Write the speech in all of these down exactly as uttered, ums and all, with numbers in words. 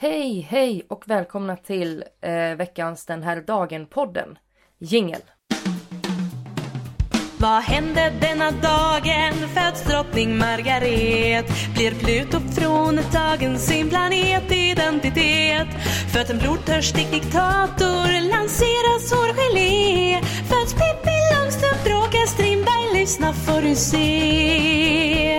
Hej, hej och välkomna till eh, veckans Den här dagen-podden. Jingel. Vad hände denna dagen? Föds drottning Margaret. Blir Pluto från tagen sin planetidentitet. Föds en blodtörstig diktator. Lanseras hårgelé. Föds Pippi Långstrump. Bråkar Strindberg. Lyssna får du se.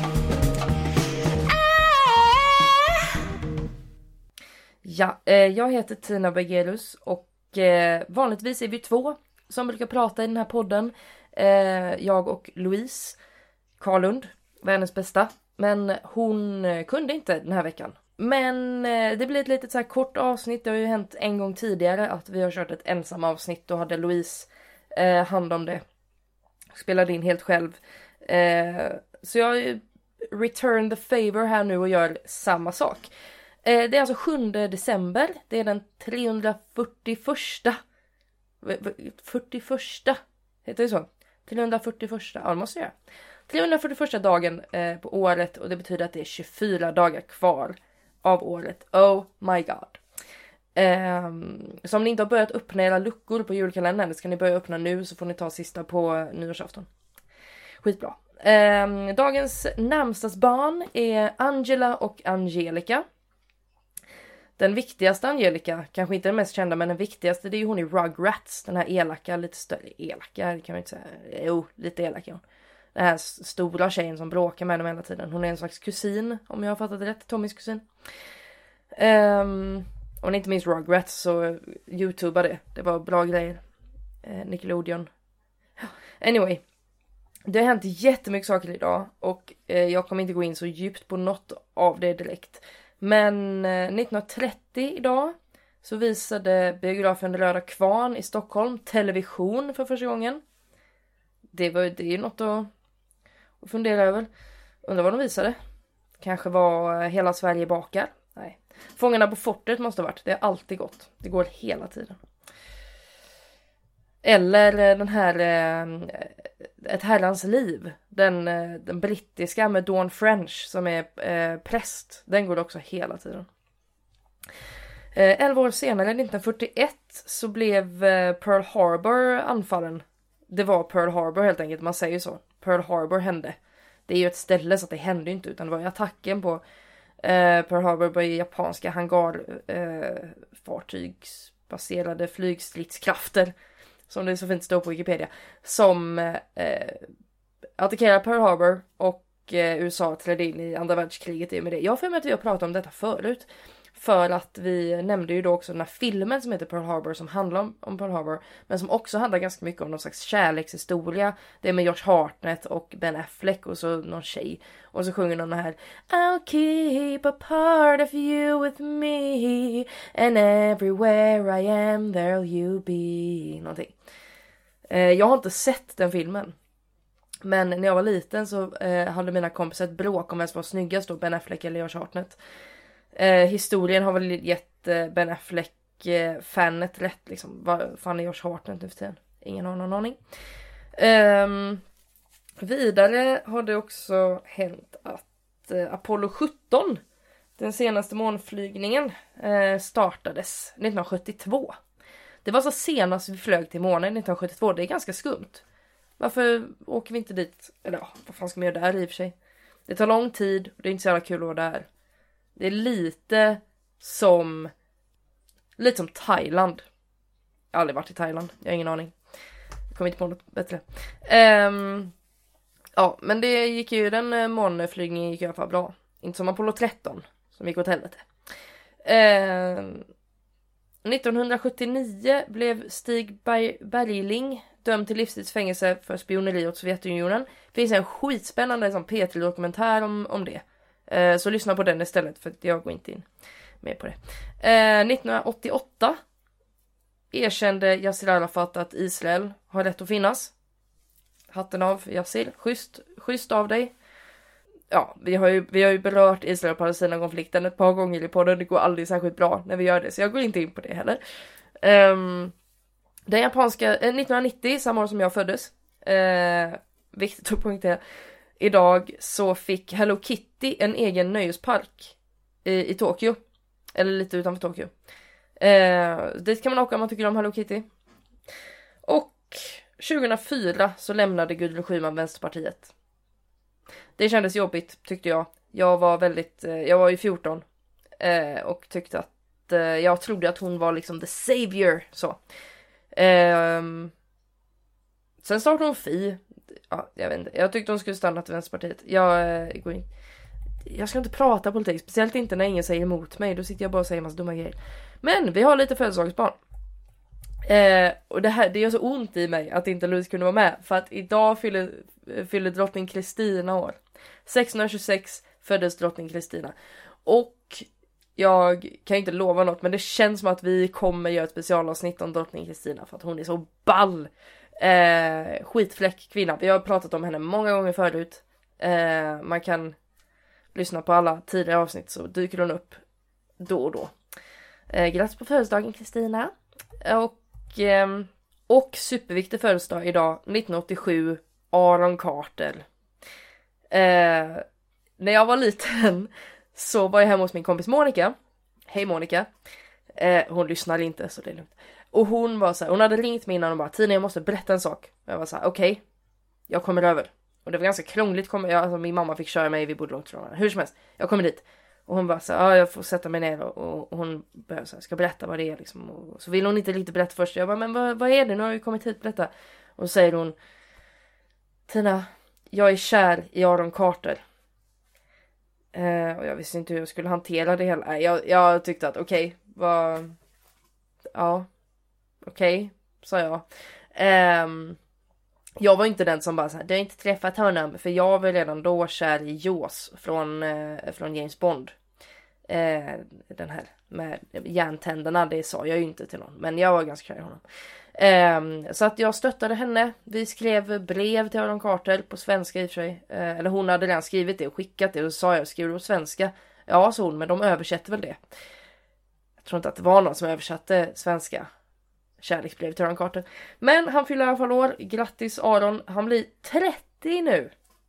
Ja, eh, jag heter Tina Bergerus och eh, vanligtvis är vi två som brukar prata i den här podden. Eh, jag och Louise Karlund, världens bästa. Men hon eh, kunde inte den här veckan. Men eh, det blir ett litet så här kort avsnitt. Det har ju hänt en gång tidigare att vi har kört ett ensam avsnitt och hade Louise eh, hand om det. Spelade in helt själv. Eh, så jag return the favor här nu och gör samma sak. Eh, det är alltså sjunde december. Det är den trehundrafyrtioförsta. fyrtioförsta. Heter det så? trehundrafyrtioförsta. Ja, det måste jag göra. trehundrafyrtioförsta dagen eh, på året. Och det betyder att det är tjugofyra dagar kvar av året. Oh my god. Eh, så om ni inte har börjat öppna era luckor på julkalendern, ska ni börja öppna nu, så får ni ta sista på nyårsafton. Skitbra. Eh, dagens närmstas barn är Angela och Angelica. Den viktigaste Angelica, kanske inte den mest kända, men den viktigaste, det är ju hon i Rugrats. Den här elaka, lite större, elaka kan man inte säga. Jo, lite elaka hon. Den här stora tjejen som bråkar med dem hela tiden. Hon är en slags kusin, om jag har fattat det rätt. Tommys kusin. Um, och ni inte minst Rugrats, så YouTubea det. Det var bra grejer. Uh, Nickelodeon. Anyway. Det har hänt jättemycket saker idag. Och uh, jag kommer inte gå in så djupt på något av det direkt. Men uh, nittonhundratrettio idag så visade biografen Röda Kvarn i Stockholm television för första gången. Det var det är ju något att, att fundera över. Undrar vad de visade. Kanske var Hela Sverige bakar. Nej. Fångarna på fortet måste ha varit. Det har alltid gått. Det går hela tiden. Eller den här Ett herrans liv. Den, den brittiska med Dawn French som är eh, präst. Den går också hela tiden. Eh, elva år senare, nittonhundrafyrtioett, så blev eh, Pearl Harbor anfallen. Det var Pearl Harbor helt enkelt, man säger så. Pearl Harbor hände. Det är ju ett ställe så att det hände inte, utan det var ju attacken på eh, Pearl Harbor på japanska hangarfartygsbaserade eh, flygstridskrafter. Som det så fint står på Wikipedia. Som eh, attackerar Pearl Harbor och eh, U S A trädde in i andra världskriget i och med det. Jag har för mig att vi har pratat om detta förut. För att vi nämnde ju då också den här filmen som heter Pearl Harbor, som handlar om, om Pearl Harbor. Men som också handlar ganska mycket om någon slags kärlekshistoria. Det är med Josh Hartnett och Ben Affleck och så någon tjej. Och så sjunger någon här: I'll keep a part of you with me, and everywhere I am there'll you be. Någonting. Eh, jag har inte sett den filmen. Men när jag var liten så eh, hade mina kompisar ett bråk om vem som var snyggast då, Ben Affleck eller Josh Hartnett. Eh, historien har väl gett eh, Ben Affleck eh, fanet rätt liksom. Vad fan är Josh Hartnett nu för tiden? Ingen har någon aning. Eh, vidare har det också hänt att eh, Apollo sjutton, den senaste månflygningen, eh, startades nittonhundrasjuttiotvå. Det var så senast vi flög till månen nittonhundrasjuttiotvå. Det är ganska skumt. Varför åker vi inte dit? Eller ja, vad fan ska man göra där i och för sig? Det tar lång tid och det är inte så jävla kul att vara där. Det är lite som lite som Thailand. Jag har aldrig varit i Thailand. Jag har ingen aning. Jag kommer inte på något bättre. Um, ja, men det gick ju, den månflygningen gick i alla fall bra. Inte som Apollo tretton som gick åt helvete. Um, nittonhundrasjuttionio blev Stig Ber- Bergling dömd till livstidsfängelse för spioneri åt Sovjetunionen. Det finns en skitspännande liksom, P tre-dokumentär om, om det. Uh, så lyssna på den istället, för jag går inte in mer på det. Uh, nittonhundraåttioåtta erkände Yassir Arafat att Israel har rätt att finnas. Hatten av, Yassir. Schysst, schysst av dig. Ja, vi har ju, vi har ju berört Israel och Palestina-konflikten ett par gånger i podden. Det går aldrig särskilt bra när vi gör det, så jag går inte in på det heller. Um, den japanska, eh, nittonhundranittio, samma år som jag föddes. Uh, viktigt att poängtera. Idag så fick Hello Kitty en egen nöjespark i, i Tokyo. Eller lite utanför Tokyo. Eh, dit kan man åka om man tycker om Hello Kitty. Och tjugohundrafyra så lämnade Gudrun Schyman Vänsterpartiet. Det kändes jobbigt tyckte jag. Jag var väldigt, eh, jag var ju fjorton. Eh, och tyckte att, eh, jag trodde att hon var liksom the savior. Så. Eh, sen startade hon F I. Ja, jag vet inte. Jag tyckte hon skulle stanna till Vänsterpartiet. Jag eh, går in. Jag ska inte prata politik, speciellt inte när ingen säger emot mig. Då sitter jag bara och säger massa dumma grejer. Men vi har lite födelsedagsbarn. Eh, och det här, det gör så ont i mig att inte Louise kunde vara med. För att idag fyller, fyller drottning Kristina år. sexhundratjugosex föddes drottning Kristina. Och jag kan inte lova något, men det känns som att vi kommer göra ett specialavsnitt om drottning Kristina. För att hon är så ball. Eh, skitfläck kvinna. Vi har pratat om henne många gånger förut. Eh, man kan lyssna på alla tidigare avsnitt så dyker hon upp då och då. Eh, grattis på födelsedagen Kristina. Och, eh, och superviktig födelsedag idag nittonhundraåttiosju, Aaron Carter. Eh, när jag var liten så var jag hemma hos min kompis Monica. Hej Monica. Eh, hon lyssnade inte så det är lugnt. Och hon var så här, hon hade ringt mig innan och bara Tina jag måste berätta en sak. Jag var så här, okej. Okay, jag kommer över. Och det var ganska krångligt. Kom, jag, alltså, min mamma fick köra mig, vi bodde långt från henne. Hur som helst, jag kommer dit. Och hon bara så ja jag får sätta mig ner. Och, och, och hon börjar så här, ska berätta vad det är liksom. Och så vill hon inte riktigt berätta först. Jag bara, men vad, vad är det? Nu har jag kommit hit och berätta. Och så säger hon, Tina, jag är kär i Aaron Carter. Eh, och jag visste inte hur jag skulle hantera det hela. Jag, jag tyckte att okej, okay, vad... Ja, okej, okay, sa jag. Um, Jag var inte den som bara så här, du har inte träffat honom. För jag var redan då kär i Jaws från, eh, från James Bond. Eh, den här med järntänderna, det sa jag ju inte till någon. Men jag var ganska kär i honom. Eh, så att jag stöttade henne. Vi skrev brev till Aaron Carter på svenska i och för sig. Eh, eller hon hade redan skrivit det och skickat det. Och så sa jag, skriver du på svenska? Ja, så hon, men de översätter väl det. Jag tror inte att det var någon som översatte svenska kärleksbrev till Aaron Carter. Men han fyller i alla fall år. Grattis Aaron. Han blir trettio nu.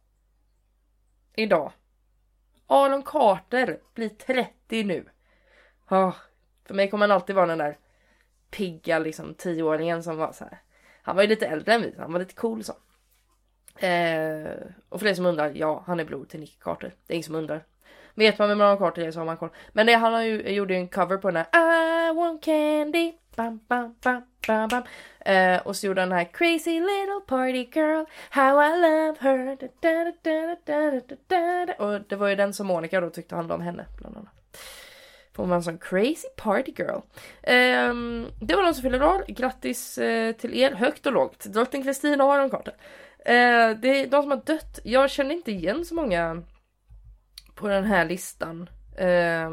Idag. Aaron Carter blir trettio nu. Oh, för mig kommer han alltid vara den där pigga liksom tioåringen som var så här. Han var ju lite äldre än vi. Han var lite cool så. Eh, och för det som undrar, ja, han är bror till Nick Carter. Det är ingen som undrar. Vet man vem Aaron Carter är så har man koll. Men det, han har ju, gjorde ju en cover på den här I want candy. Bam, bam, bam, bam, bam. Eh, och så gjorde den här Crazy little party girl, how I love her. Da, da, da, da, da, da, da. Och det var ju den som Monica då tyckte handlade om henne bland annat. För hon var en sån crazy party girl. Eh, det var någon som fyllde år. Grattis eh, till er, högt och lågt. Drottning Kristina och Aaron Carter. Eh, det är de som har dött. Jag känner inte igen så många på den här listan. Eh,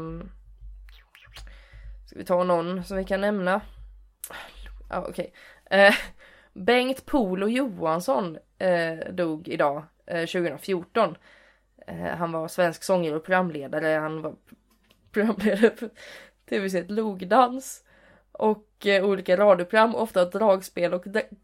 Ska vi ta någon som vi kan nämna? Ja, ah, okej. Okay. Eh, Bengt Polo Johansson eh, dog idag, eh, tjugohundrafjorton. Eh, han var svensk sångare och programledare. Han var programledare för tv-seriet Logdans. Och eh, olika radioprogram, ofta dragspel och de-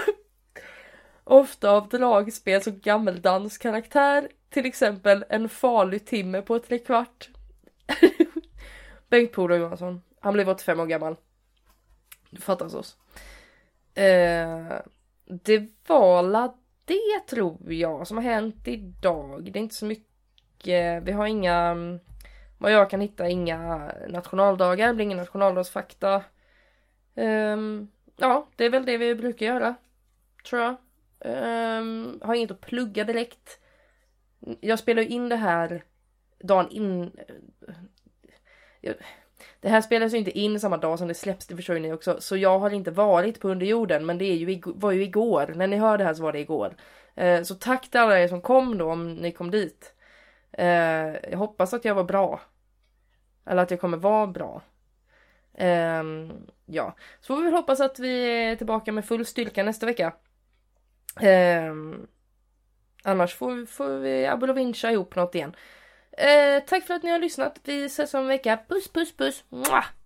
ofta av dragspel som gammeldanskaraktär. Till exempel En farlig timme på tre kvart. Bengt Polo Johansson. Han blev åttiofem år gammal. Du fattar oss. Eh, det var la det tror jag som har hänt idag. Det är inte så mycket. Vi har inga, vad jag kan hitta, inga nationaldagar. Det blir ingen nationaldagsfakta. Eh, ja, det är väl det vi brukar göra. Tror jag. Eh, har inget att plugga direkt. Jag spelar ju in det här dagen in... Jag, det här spelas ju inte in samma dag som det släpps, det förstår ni också. Så jag har inte varit på underjorden, men det är ju, var ju igår. När ni hör det här så var det igår. Eh, så tack till alla er som kom då, om ni kom dit. Eh, jag hoppas att jag var bra. Eller att jag kommer vara bra. Eh, ja, så får vi väl hoppas att vi är tillbaka med full styrka nästa vecka. Eh, annars får vi, får vi abolovincha ihop något igen. Eh, tack för att ni har lyssnat. Vi ses om en vecka. Puss, puss, puss. Mwah!